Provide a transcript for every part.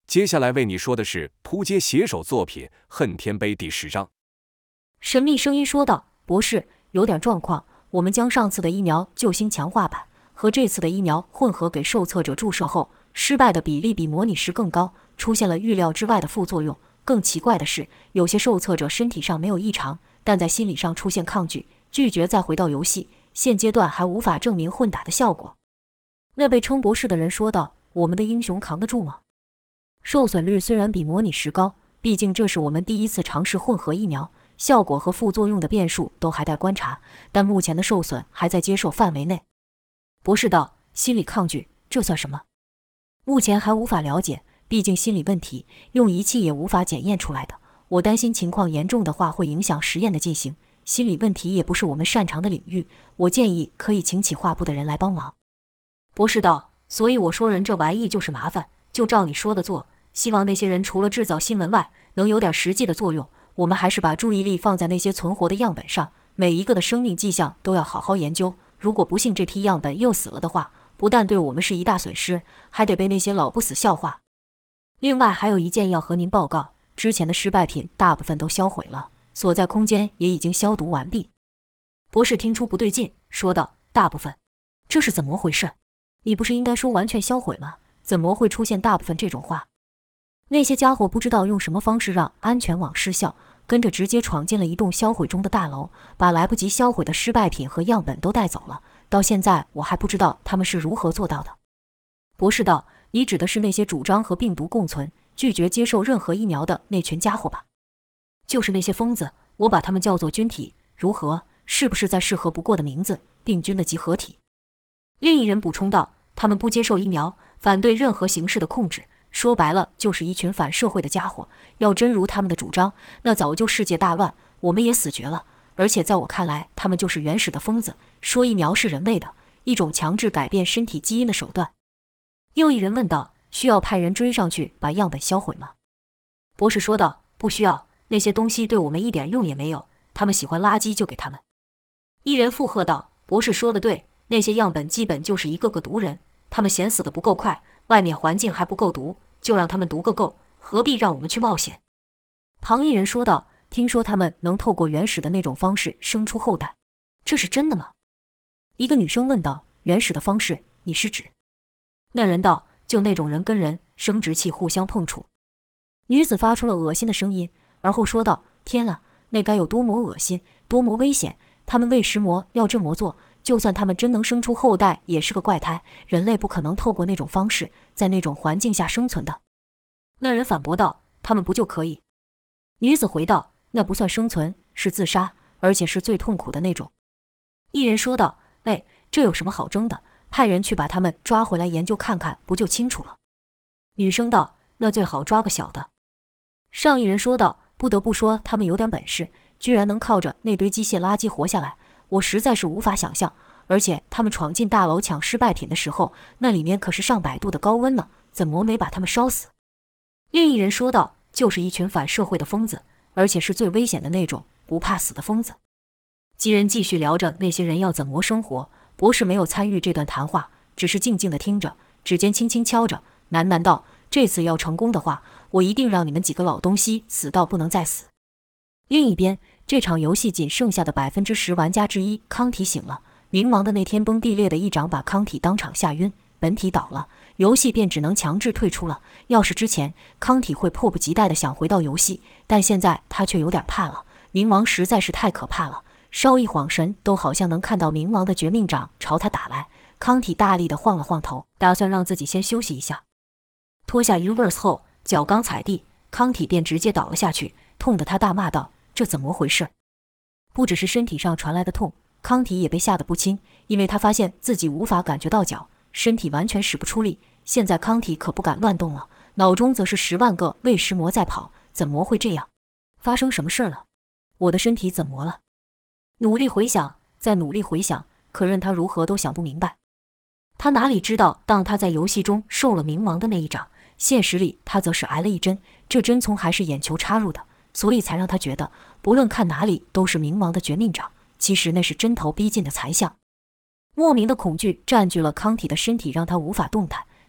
接下来为你说的是扑街写手作品《恨天碑》第10章。 神秘声音说道：“博士，有点状况，我们将上次的疫苗救星强化版和这次的疫苗混合给受测者注射后，失败的比例比模拟时更高，出现了预料之外的副作用。更奇怪的是，有些受测者身体上没有异常，但在心理上出现抗拒，拒绝再回到游戏。现阶段还无法证明混打的效果。”那被称博士的人说道：“我们的英雄扛得住吗？受损率虽然比模拟时高，毕竟这是我们第一次尝试混合疫苗，效果和副作用的变数都还待观察，但目前的受损还在接受范围内。”博士道：“心理抗拒，这算什么？目前还无法了解，毕竟心理问题用仪器也无法检验出来的。我担心情况严重的话会影响实验的进行，心理问题也不是我们擅长的领域，我建议可以请企划部的人来帮忙。”博士道：“所以我说人这玩意就是麻烦，就照你说的做，希望那些人除了制造新闻外，能有点实际的作用。我们还是把注意力放在那些存活的样本上，每一个的生命迹象都要好好研究。如果不幸这批样本又死了的话，不但对我们是一大损失，还得被那些老不死笑话。另外还有一件要和您报告，之前的失败品大部分都销毁了，所在空间也已经消毒完毕。”博士听出不对劲，说道：“大部分？这是怎么回事？你不是应该说完全销毁吗？怎么会出现大部分这种话？”那些家伙不知道用什么方式让安全网失效，跟着直接闯进了一栋销毁中的大楼，把来不及销毁的失败品和样本都带走了。到现在我还不知道他们是如何做到的。博士道：“你指的是那些主张和病毒共存，拒绝接受任何疫苗的那群家伙吧？”“就是那些疯子，我把他们叫做军体，如何？是不是再适合不过的名字？病菌的集合体。”另一人补充道：“他们不接受疫苗，反对任何形式的控制，说白了就是一群反社会的家伙。要真如他们的主张，那早就世界大乱，我们也死绝了。而且在我看来，他们就是原始的疯子，说疫苗是人为的，一种强制改变身体基因的手段。”又一人问道：“需要派人追上去把样本销毁吗？”博士说道：“不需要，那些东西对我们一点用也没有，他们喜欢垃圾就给他们。”一人附和道：“博士说的对，那些样本基本就是一个个毒人，他们嫌死的不够快，外面环境还不够毒，就让他们毒个够，何必让我们去冒险？”旁一人说道：“听说他们能透过原始的那种方式生出后代，这是真的吗？”一个女生问道：“原始的方式，你是指？”那人道：“就那种人跟人生殖器互相碰触。”女子发出了恶心的声音，而后说道：“天啊，那该有多么恶心，多么危险！他们为食魔要这么做，就算他们真能生出后代，也是个怪胎，人类不可能透过那种方式在那种环境下生存的。”那人反驳道：“他们不就可以？”女子回道：“那不算生存，是自杀，而且是最痛苦的那种。”一人说道：“哎，这有什么好争的？派人去把他们抓回来研究看看，不就清楚了？”女生道：“那最好抓个小的。”上一人说道：“不得不说他们有点本事，居然能靠着那堆机械垃圾活下来，我实在是无法想象。而且他们闯进大楼抢失败品的时候，那里面可是上百度的高温呢，怎么没把他们烧死？”另一人说道：“就是一群反社会的疯子，而且是最危险的那种，不怕死的疯子。”几人继续聊着那些人要怎么生活。博士没有参与这段谈话，只是静静地听着，指尖轻轻敲着，喃喃道：“这次要成功的话，我一定让你们几个老东西死到不能再死。”另一边，这场游戏仅剩下的10%玩家之一康体醒了，冥王的那天崩地裂的一掌把康体当场吓晕，本体倒了，游戏便只能强制退出了。要是之前，康体会迫不及待地想回到游戏，但现在他却有点怕了，冥王实在是太可怕了。稍一晃神，都好像能看到冥王的绝命掌朝他打来。康体大力地晃了晃头，打算让自己先休息一下。脱下 Uverse 后，脚刚踩地，康体便直接倒了下去，痛得他大骂道：“这怎么回事？”不只是身体上传来的痛，康体也被吓得不轻，因为他发现自己无法感觉到脚，身体完全使不出力。现在康体可不敢乱动了，脑中则是10万个喂食魔在跑。怎么会这样？发生什么事了？我的身体怎么了？努力回想，再努力回想，可任他如何都想不明白。他哪里知道，当他在游戏中受了冥王的那一掌，现实里他则是挨了一针，这针从还是眼球插入的，所以才让他觉得不论看哪里都是冥王的绝命掌，其实那是针头逼近的残像。莫名的恐惧占据了康体的身体，让他无法动弹。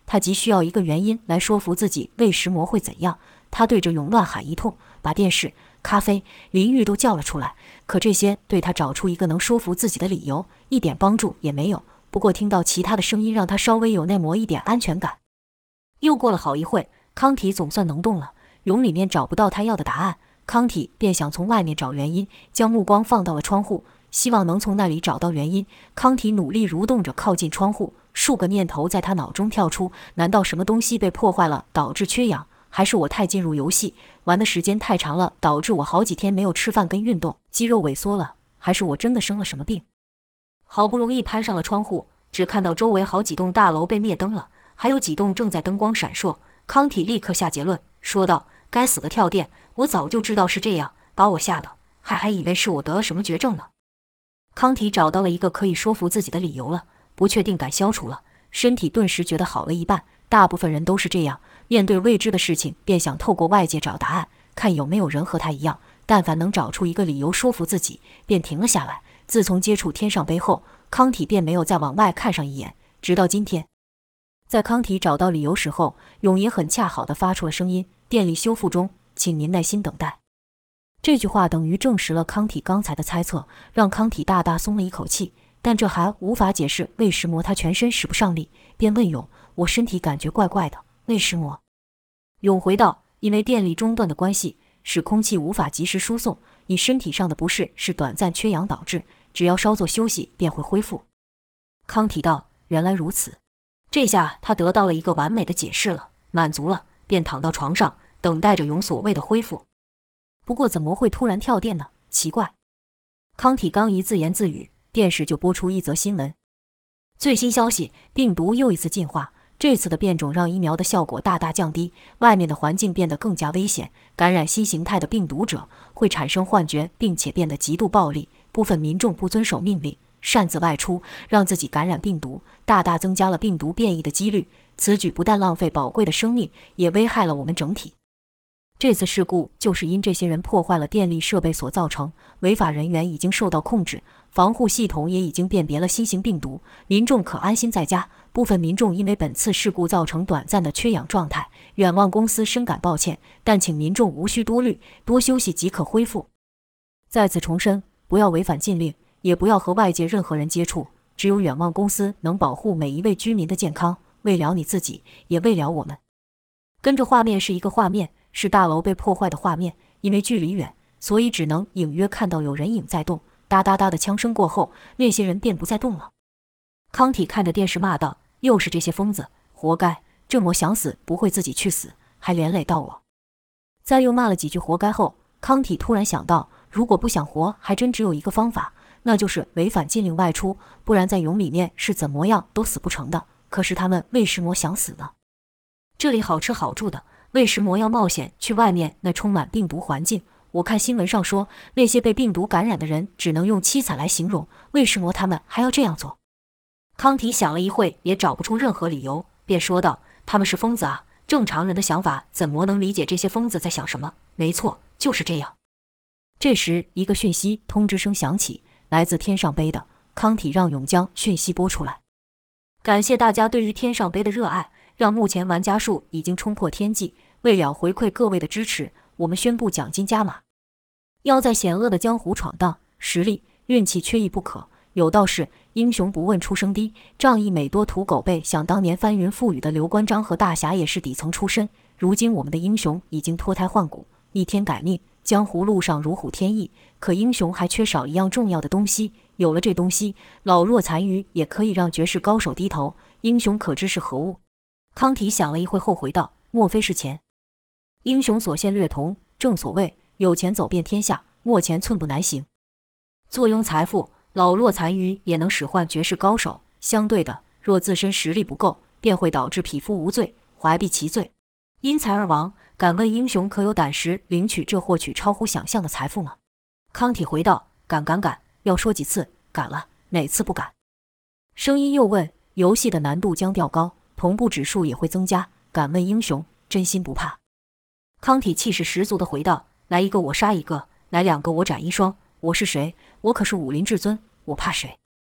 他急需要一个原因来说服自己魏石魔会怎样。他对着涌乱喊一通，把电视、咖啡、淋浴都叫了出来，可这些对他找出一个能说服自己的理由一点帮助也没有。不过听到其他的声音让他稍微有那么一点安全感。又过了好一会，康体总算能动了。蛹里面找不到他要的答案，康体便想从外面找原因，将目光放到了窗户，希望能从那里找到原因。康体努力蠕动着靠近窗户，数个念头在他脑中跳出：难道什么东西被破坏了，导致缺氧？还是我太进入游戏玩的时间太长了，导致我好几天没有吃饭跟运动，肌肉萎缩了？还是我真的生了什么病？好不容易攀上了窗户，只看到周围好几栋大楼被灭灯了，还有几栋正在灯光闪烁。康体立刻下结论，说道：该死的跳电，我早就知道是这样，把我吓得还以为是我得了什么绝症呢。康体找到了一个可以说服自己的理由了，不确定感消除了，身体顿时觉得好了一半。大部分人都是这样，面对未知的事情便想透过外界找答案，看有没有人和他一样，但凡能找出一个理由说服自己，便停了下来。自从接触天上杯后，康体便没有再往外看上一眼，直到今天。在康体找到理由时候，永爷很恰好地发出了声音：电力修复中，请您耐心等待。这句话等于证实了康体刚才的猜测，让康体大大松了一口气，但这还无法解释魏石魔他全身使不上力，便问勇：我身体感觉怪怪的，魏石魔。勇回道：因为电力中断的关系，使空气无法及时输送，你身体上的不适是短暂缺氧导致，只要稍作休息便会恢复。康体道：原来如此。这下他得到了一个完美的解释了，满足了，便躺到床上等待着勇所谓的恢复。不过怎么会突然跳电呢？奇怪。康体刚一自言自语，电视就播出一则新闻：最新消息，病毒又一次进化，这次的变种让疫苗的效果大大降低，外面的环境变得更加危险，感染新形态的病毒者会产生幻觉，并且变得极度暴力，部分民众不遵守命令，擅自外出，让自己感染病毒，大大增加了病毒变异的几率。此举不但浪费宝贵的生命，也危害了我们整体。这次事故就是因这些人破坏了电力设备所造成，违法人员已经受到控制，防护系统也已经辨别了新型病毒，民众可安心在家。部分民众因为本次事故造成短暂的缺氧状态，远望公司深感抱歉，但请民众无需多虑，多休息即可恢复。再次重申，不要违反禁令，也不要和外界任何人接触，只有远望公司能保护每一位居民的健康，为了你自己，也为了我们。跟着画面是一个画面，是大楼被破坏的画面，因为距离远，所以只能隐约看到有人影在动。哒哒哒的枪声过后，那些人便不再动了。康体看着电视骂道：又是这些疯子，活该，这么想死不会自己去死，还连累到我。在又骂了几句活该后，康体突然想到，如果不想活，还真只有一个方法，那就是违反禁令外出，不然在蛹里面是怎么样都死不成的。可是他们为什么想死呢？这里好吃好住的，为什么要冒险去外面那充满病毒环境？我看新闻上说，那些被病毒感染的人只能用凄惨来形容，为什么他们还要这样做？康体想了一会，也找不出任何理由，便说道：他们是疯子啊，正常人的想法怎么能理解这些疯子在想什么？没错，就是这样。这时一个讯息通知声响起，来自天上杯的。康体让勇将讯息播出来：感谢大家对于天上杯的热爱，让目前玩家数已经冲破天际，为了回馈各位的支持，我们宣布奖金加码。要在险恶的江湖闯荡，实力运气缺一不可。有道是英雄不问出生低，仗义每多屠狗辈。想当年翻云覆雨的刘关张和大侠也是底层出身，如今我们的英雄已经脱胎换骨，逆天改命，江湖路上如虎添翼。可英雄还缺少一样重要的东西，有了这东西，老弱残余也可以让绝世高手低头。英雄可知是何物？康体想了一会后回道：莫非是钱？英雄所见略同，正所谓有钱走遍天下，没钱寸步难行。坐拥财富，老弱残余也能使唤绝世高手，相对的，若自身实力不够，便会导致匹夫无罪，怀璧其罪，因财而亡。敢问英雄可有胆识领取这获取超乎想象的财富吗？康体回道：敢，要说几次？敢了，哪次不敢？声音又问：游戏的难度将调高，同步指数也会增加，敢问英雄真心不怕？康体气势十足地回道：来一个我杀一个，来两个我斩一双。我是谁？我可是武林至尊，我怕谁？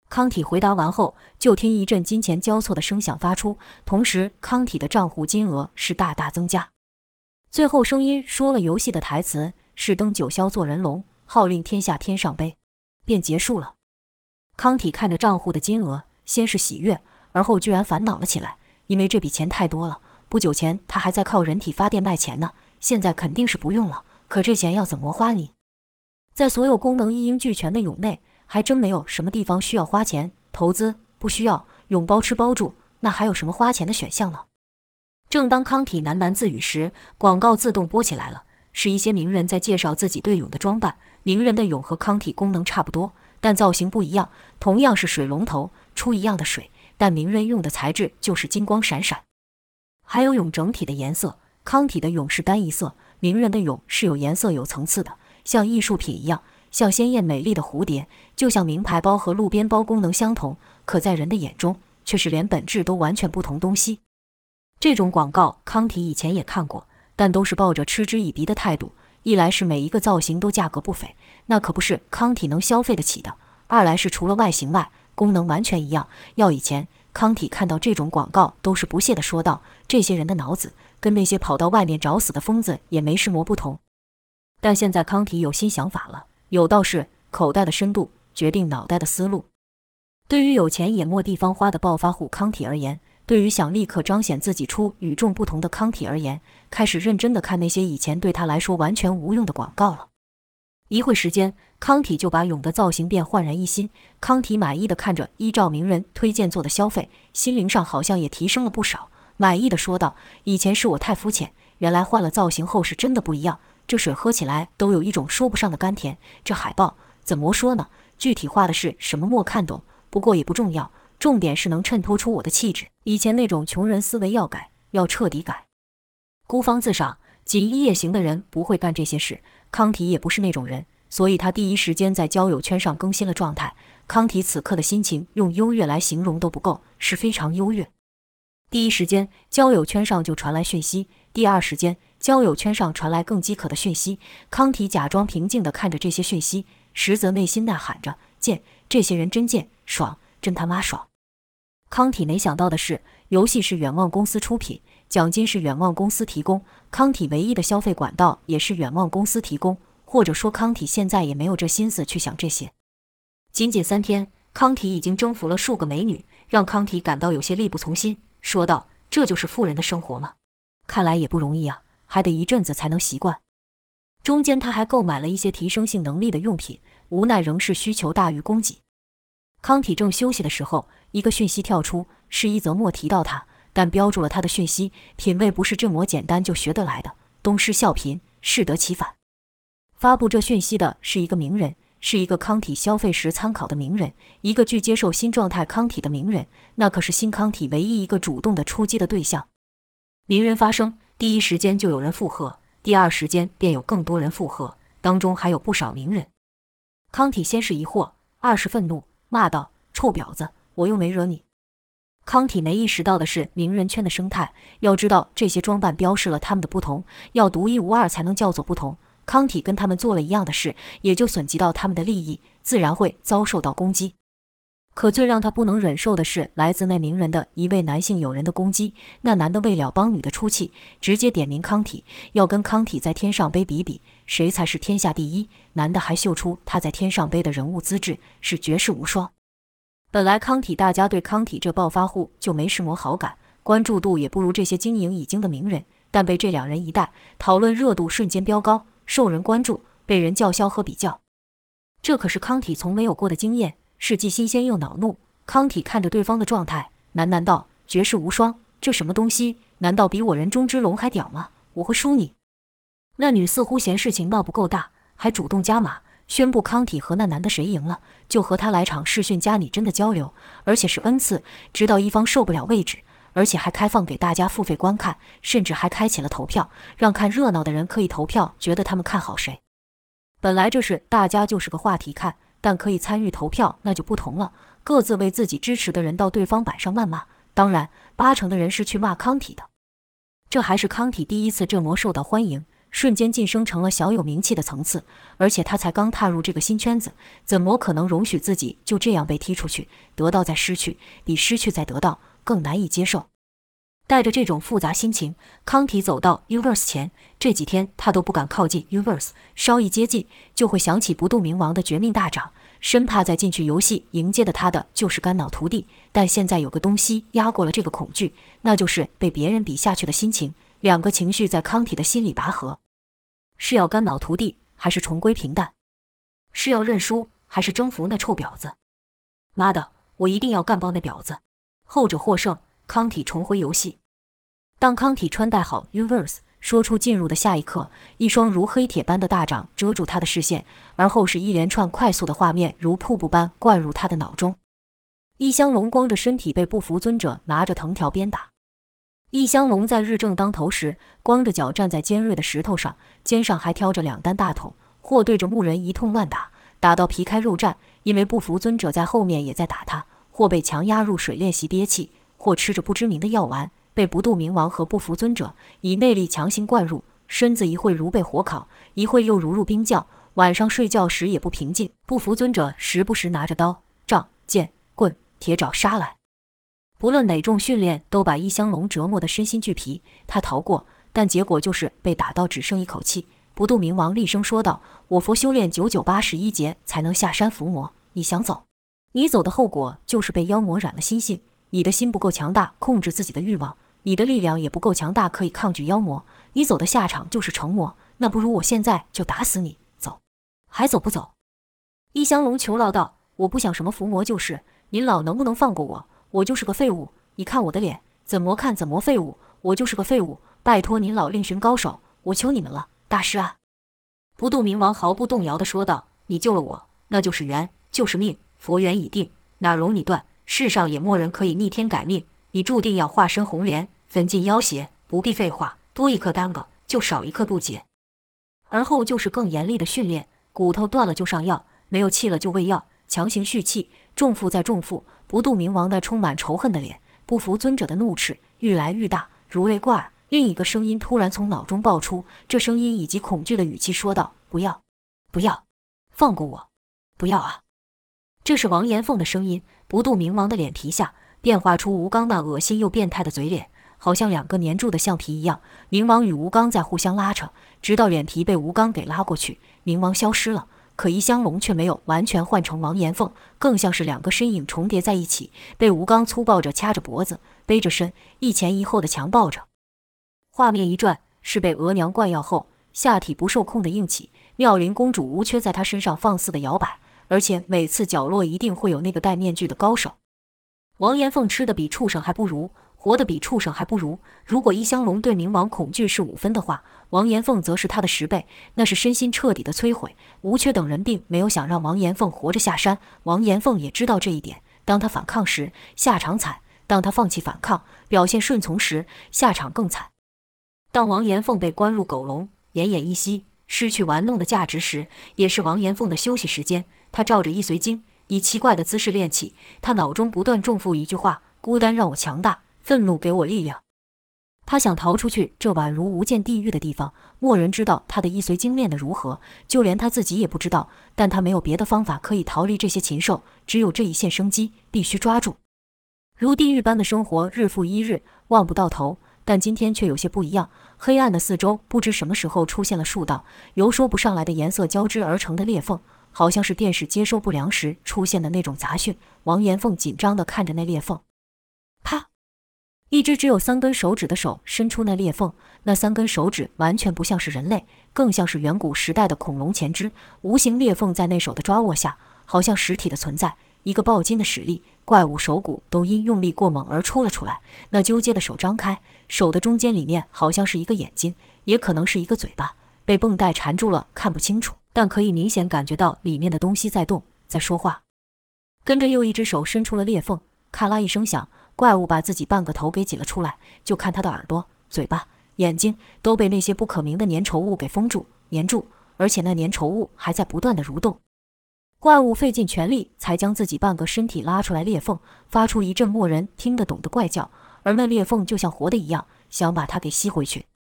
康体回答完后，就听一阵金钱交错的声响发出，同时康体的账户金额是大大增加。最后声音说了游戏的台词：“是登九霄做人龙，号令天下天上杯”，便结束了。康体看着账户的金额，先是喜悦，而后居然烦恼了起来，因为这笔钱太多了。不久前他还在靠人体发电卖钱呢，现在肯定是不用了。可这钱要怎么花呢？在所有功能一应俱全的蛹内，还真没有什么地方需要花钱。投资不需要，蛹包吃包住，那还有什么花钱的选项呢？正当康体喃喃自语时，广告自动播起来了，是一些名人在介绍自己对蛹的装扮。名人的蛹和康体功能差不多，但造型不一样，同样是水龙头出一样的水，但名人用的材质就是金光闪闪。还有蛹整体的颜色，康体的蛹是单一色，名人的蛹是有颜色有层次的，像艺术品一样，像鲜艳美丽的蝴蝶，就像名牌包和路边包功能相同，可在人的眼中却是连本质都完全不同东西。这种广告康体以前也看过，但都是抱着嗤之以鼻的态度。一来是每一个造型都价格不菲，那可不是康体能消费得起的；二来是除了外形外，功能完全一样。要以前，康体看到这种广告都是不屑地说道：“这些人的脑子跟那些跑到外面找死的疯子也没什么不同。”但现在康体有新想法了，有道是口袋的深度决定脑袋的思路。对于有钱也没地方花的暴发户康体而言，对于想立刻彰显自己出与众不同的康体而言，开始认真地看那些以前对他来说完全无用的广告了。一会时间，康体就把蛹的造型变焕然一新。康体满意地看着依照名人推荐做的消费，心灵上好像也提升了不少，满意地说道：“以前是我太肤浅，原来换了造型后是真的不一样。这水喝起来都有一种说不上的甘甜。这海报怎么说呢？具体画的是什么没看懂，不过也不重要。重点是能衬托出我的气质，以前那种穷人思维要改，要彻底改。孤芳自赏、锦衣夜行的人不会干这些事，康体也不是那种人，所以他第一时间在交友圈上更新了状态。康体此刻的心情用优越来形容都不够，是非常优越。第一时间，交友圈上就传来讯息；第二时间，交友圈上传来更饥渴的讯息。康体假装平静地看着这些讯息，实则内心呐喊着：贱！这些人真贱，爽，真他妈爽！康体没想到的是，游戏是远望公司出品，奖金是远望公司提供，康体唯一的消费管道也是远望公司提供，或者说康体现在也没有这心思去想这些。仅仅3天，康体已经征服了数个美女，让康体感到有些力不从心，说道：“这就是富人的生活吗？看来也不容易啊，还得一阵子才能习惯。”中间他还购买了一些提升性能力的用品，无奈仍是需求大于供给。康体正休息的时候，一个讯息跳出，是一则没提到他，但标注了他的讯息，品味不是这么简单就学得来的，东施效颦，适得其反。发布这讯息的是一个名人，是一个康体消费时参考的名人，一个具接受新状态康体的名人，那可是新康体唯一一个主动的出击的对象。名人发声，第一时间就有人附和，第二时间便有更多人附和，当中还有不少名人。康体先是疑惑，二是愤怒，骂道：“臭婊子，我又没惹你。”康体没意识到的是名人圈的生态，要知道这些装扮标示了他们的不同，要独一无二才能叫做不同。康体跟他们做了一样的事，也就损及到他们的利益，自然会遭受到攻击。可最让他不能忍受的是来自那名人的一位男性友人的攻击。那男的为了帮女的出气，直接点名康体，要跟康体在天上杯比比，谁才是天下第一。男的还秀出他在天上杯的人物资质，是绝世无双。本来康体大家对康体这暴发户就没什么好感，关注度也不如这些经营已经的名人，但被这两人一带，讨论热度瞬间飙高，受人关注，被人叫嚣和比较。这可是康体从没有过的经验，是既新鲜又恼怒。康体看着对方的状态，喃喃道：“绝世无双，这什么东西？难道比我人中之龙还屌吗？我会输你。”那女似乎嫌事情闹不够大，还主动加码，宣布康体和那男的谁赢了，就和他来场视讯加拟真的交流，而且是 N 次，直到一方受不了为止。而且还开放给大家付费观看，甚至还开启了投票，让看热闹的人可以投票，觉得他们看好谁。本来这是大家就是个话题看，但可以参与投票那就不同了，各自为自己支持的人到对方板上谩骂，当然80%的人是去骂康体的。这还是康体第一次这么受到欢迎， 瞬间晋升成了小有名气的层次。而且他才刚踏入这个新圈子，怎么可能容许自己就这样被踢出去？得到再失去，比失去再得到更难以接受。带着这种复杂心情，康体走到 Uverse 前。这几天他都不敢靠近 Uverse， 稍一接近就会想起不动明王的绝命大掌，生怕再进去游戏迎接的他的就是肝脑涂地。但现在有个东西压过了这个恐惧，那就是被别人比下去的心情。两个情绪在康体的心里拔河，是要肝脑涂地，还是重归平淡？是要认输，还是征服那臭婊子？妈的，我一定要干爆那婊子！后者获胜，康体重回游戏。当康体穿戴好 Uverse， 说出进入的下一刻，一双如黑铁般的大掌遮住他的视线，而后是一连串快速的画面如瀑布般灌入他的脑中。异香龙光着身体被不服尊者拿着藤条鞭打。异香龙在日正当头时，光着脚站在尖锐的石头上，肩上还挑着2担大桶，或对着牧人一通乱打，打到皮开肉绽。因为不服尊者在后面也在打他，或被强压入水练习憋气，或吃着不知名的药丸，被不度冥王和不服尊者以内力强行灌入，身子一会如被火烤，一会又如入冰窖。晚上睡觉时也不平静，不服尊者时不时拿着刀、杖、剑、棍、铁爪杀来。不论哪种训练都把异香龙折磨得身心俱疲，他逃过，但结果就是被打到只剩一口气。不度冥王厉声说道：“我佛修炼981劫才能下山伏魔，你想走？你走的后果就是被妖魔染了心性。你的心不够强大，控制自己的欲望，你的力量也不够强大，可以抗拒妖魔。你走的下场就是成魔，那不如我现在就打死你，走，还走不走？”异香龙求饶道：“我不想什么伏魔，就是您老能不能放过我？我就是个废物，你看我的脸，怎么看怎么废物，我就是个废物，拜托您老另寻高手，我求你们了，大师啊！”不度冥王毫不动摇地说道：“你救了我，那就是缘，就是命，佛缘已定，哪容你断？世上也没人可以逆天改命，你注定要化身红莲，分尽妖邪，不必废话，多一颗耽搁，就少一颗渡劫。而后就是更严厉的训练，骨头断了就上药，没有气了就喂药，强行蓄气，重负再重负。”不度冥王那充满仇恨的脸，不服尊者的怒斥愈来愈大，如雷贯耳。另一个声音突然从脑中爆出，这声音以及恐惧的语气说道：“不要，不要，放过我，不要啊！”这是王延凤的声音。不度冥王的脸皮下变化出吴刚那恶心又变态的嘴脸，好像2个粘住的橡皮一样。冥王与吴刚在互相拉扯，直到脸皮被吴刚给拉过去，冥王消失了。可异香龙却没有完全换成王延凤，更像是2个身影重叠在一起，被吴刚粗暴着掐着脖子，背着身，一前一后的强抱着。画面一转，是被额娘灌药后下体不受控的硬起，妙龄公主无缺在她身上放肆的摇摆，而且每次角落一定会有那个戴面具的高手。王延凤吃的比畜生还不如，活的比畜生还不如。如果异香龙对冥王恐惧是5分的话，王延凤则是他的10倍，那是身心彻底的摧毁。吴缺等人并没有想让王延凤活着下山，王延凤也知道这一点。当他反抗时，下场惨；当他放弃反抗，表现顺从时，下场更惨。当王延凤被关入狗笼，奄奄一息，失去玩弄的价值时，也是王延凤的休息时间。他照着易随经，以奇怪的姿势练起，他脑中不断重复一句话：孤单让我强大，愤怒给我力量。他想逃出去这宛如无间地狱的地方，没人知道他的易随经练得如何，就连他自己也不知道。但他没有别的方法可以逃离这些禽兽，只有这一线生机，必须抓住。如地狱般的生活日复一日，望不到头。但今天却有些不一样，黑暗的四周不知什么时候出现了数道由说不上来的颜色交织而成的裂缝，好像是电视接收不良时出现的那种杂讯。王延凤紧张地看着那裂缝，啪！一只只有3根手指的手伸出那裂缝，那3根手指完全不像是人类，更像是远古时代的恐龙前肢。无形裂缝在那手的抓握下，好像实体的存在，一个爆筋的使力，怪物手骨都因用力过猛而出了出来。那纠结的手张开，手的中间里面好像是一个眼睛，也可能是一个嘴巴，被绷带缠住了，看不清楚，但可以明显感觉到里面的东西在动，在说话。跟着又一只手伸出了裂缝，咔啦一声响，怪物把自己半个头给挤了出来，就看他的耳朵、嘴巴、眼睛都被那些不可名的粘稠物给封住、粘住，而且那粘稠物还在不断的蠕动。怪物费尽全力才将自己半个身体拉出来裂缝，发出一阵默人听得懂的怪叫，而那裂缝就像活的一样，想把它给吸回去。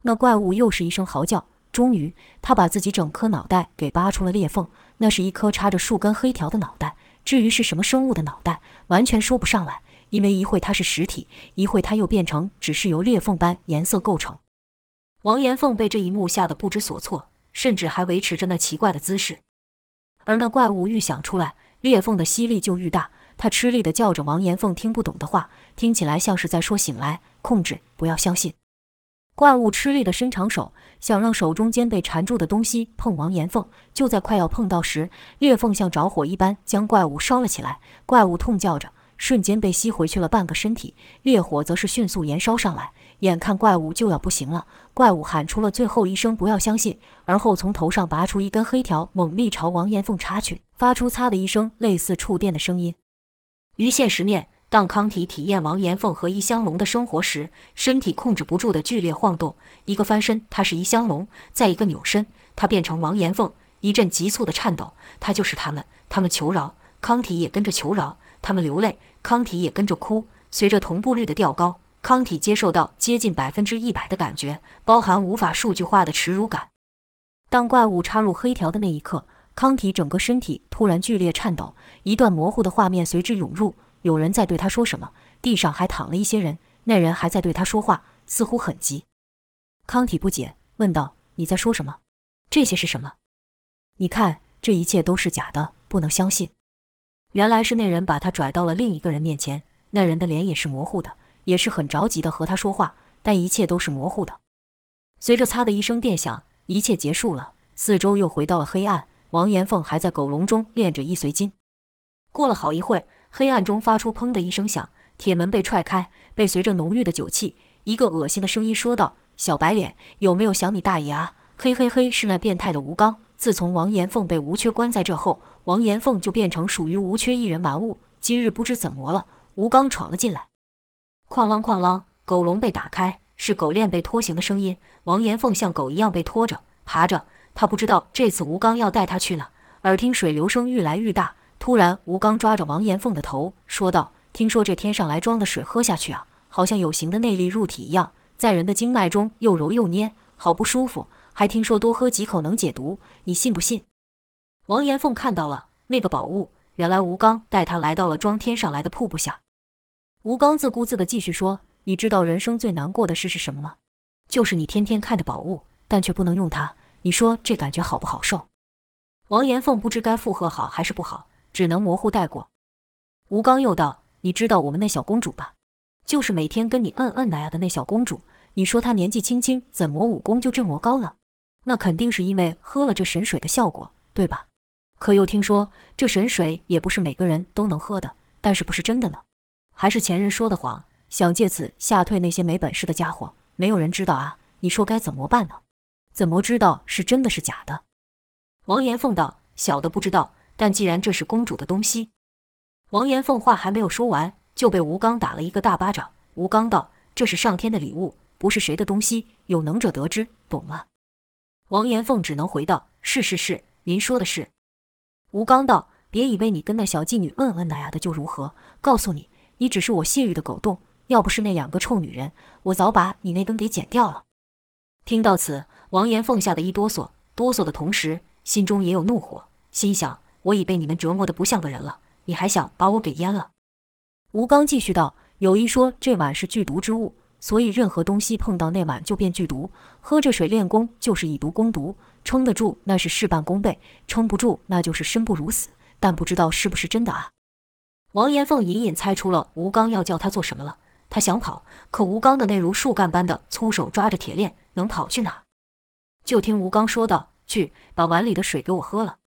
那怪物又是一声嚎叫，终于，他把自己整颗脑袋给扒出了裂缝。那是一颗插着数根黑条的脑袋。至于是什么生物的脑袋，完全说不上来，因为一会它是实体，一会它又变成只是由裂缝般颜色构成。王延凤被这一幕吓得不知所措，甚至还维持着那奇怪的姿势。而那怪物愈想出来，裂缝的吸力就愈大。他吃力地叫着王延凤听不懂的话，听起来像是在说醒来、控制、不要相信。怪物吃力地伸长手，想让手中间被缠住的东西碰王延凤。就在快要碰到时，裂缝像着火一般将怪物烧了起来。怪物痛叫着，瞬间被吸回去了半个身体，烈火则是迅速燃烧上来。眼看怪物就要不行了，怪物喊出了最后一声不要相信，而后从头上拔出一根黑条，猛力朝王延凤插去，发出擦的一声类似触电的声音。于现实面，当康体体验王延凤和一香龙的生活时，身体控制不住的剧烈晃动，一个翻身他是一香龙，再一个扭身他变成王延凤，一阵急促的颤抖，他就是他们求饶，康体也跟着求饶，他们流泪，康体也跟着哭，随着同步率的调高，康体接受到接近100%的感觉，包含无法数据化的耻辱感。当怪物插入黑条的那一刻，康体整个身体突然剧烈颤抖，一段模糊的画面随之涌入，有人在对他说什么，地上还躺了一些人，那人还在对他说话，似乎很急。康体不解问道：你在说什么？这些是什么？你看，这一切都是假的，不能相信。原来是那人把他拽到了另一个人面前，那人的脸也是模糊的，也是很着急的和他说话，但一切都是模糊的。随着擦的一声电响，一切结束了，四周又回到了黑暗。王延凤还在狗笼中练着易随经。过了好一会，黑暗中发出砰的一声响，铁门被踹开，背随着浓郁的酒气，一个恶心的声音说道：小白脸，有没有想你大爷啊？嘿嘿嘿，是那变态的吴刚。自从王延凤被吴缺关在这后，王延凤就变成属于吴缺一人玩物。今日不知怎么了，吴刚闯了进来。哐啷哐啷，狗笼被打开，是狗链被拖行的声音。王延凤像狗一样被拖着爬着，他不知道这次吴刚要带他去哪。耳听水流声愈来愈大，突然吴刚抓着王延凤的头说道：听说这天上来装的水喝下去啊，好像有形的内力入体一样，在人的经脉中又揉又捏，好不舒服，还听说多喝几口能解毒，你信不信？王延凤看到了那个宝物，原来吴刚带他来到了装天上来的瀑布下。吴刚自顾自地继续说：你知道人生最难过的事是什么吗？就是你天天看着宝物，但却不能用它，你说这感觉好不好受？王延凤不知该附和好还是不好，只能模糊带过。吴刚又道：你知道我们那小公主吧？就是每天跟你奶呀的那小公主，你说她年纪轻轻怎么武功就这么高了？那肯定是因为喝了这神水的效果，对吧？可又听说这神水也不是每个人都能喝的，但是不是真的呢？还是前人说的谎，想借此吓退那些没本事的家伙？没有人知道啊，你说该怎么办呢？怎么知道是真的是假的？王延凤道：小的不知道，但既然这是公主的东西……王延凤话还没有说完，就被吴刚打了一个大巴掌。吴刚道：这是上天的礼物，不是谁的东西，有能者得之，懂吗？王延凤只能回道：是是是，您说的是。吴刚道：别以为你跟那小妓女奶呀的就如何，告诉你，你只是我泄欲的狗洞，要不是那2个臭女人，我早把你那根给剪掉了。听到此，王延凤吓得一哆嗦，哆嗦的同时心中也有怒火，心想：我已被你们折磨得不像个人了，你还想把我给淹了？吴刚继续道：有一说这碗是剧毒之物，所以任何东西碰到那碗就变剧毒，喝这水练功就是以毒攻毒，撑得住那是事半功倍，撑不住那就是生不如死，但不知道是不是真的啊？王延凤隐隐猜出了吴刚要叫他做什么了，他想跑，可吴刚的那如树干般的粗手抓着铁链，能跑去哪？就听吴刚说道：去，把碗里的水给我喝了。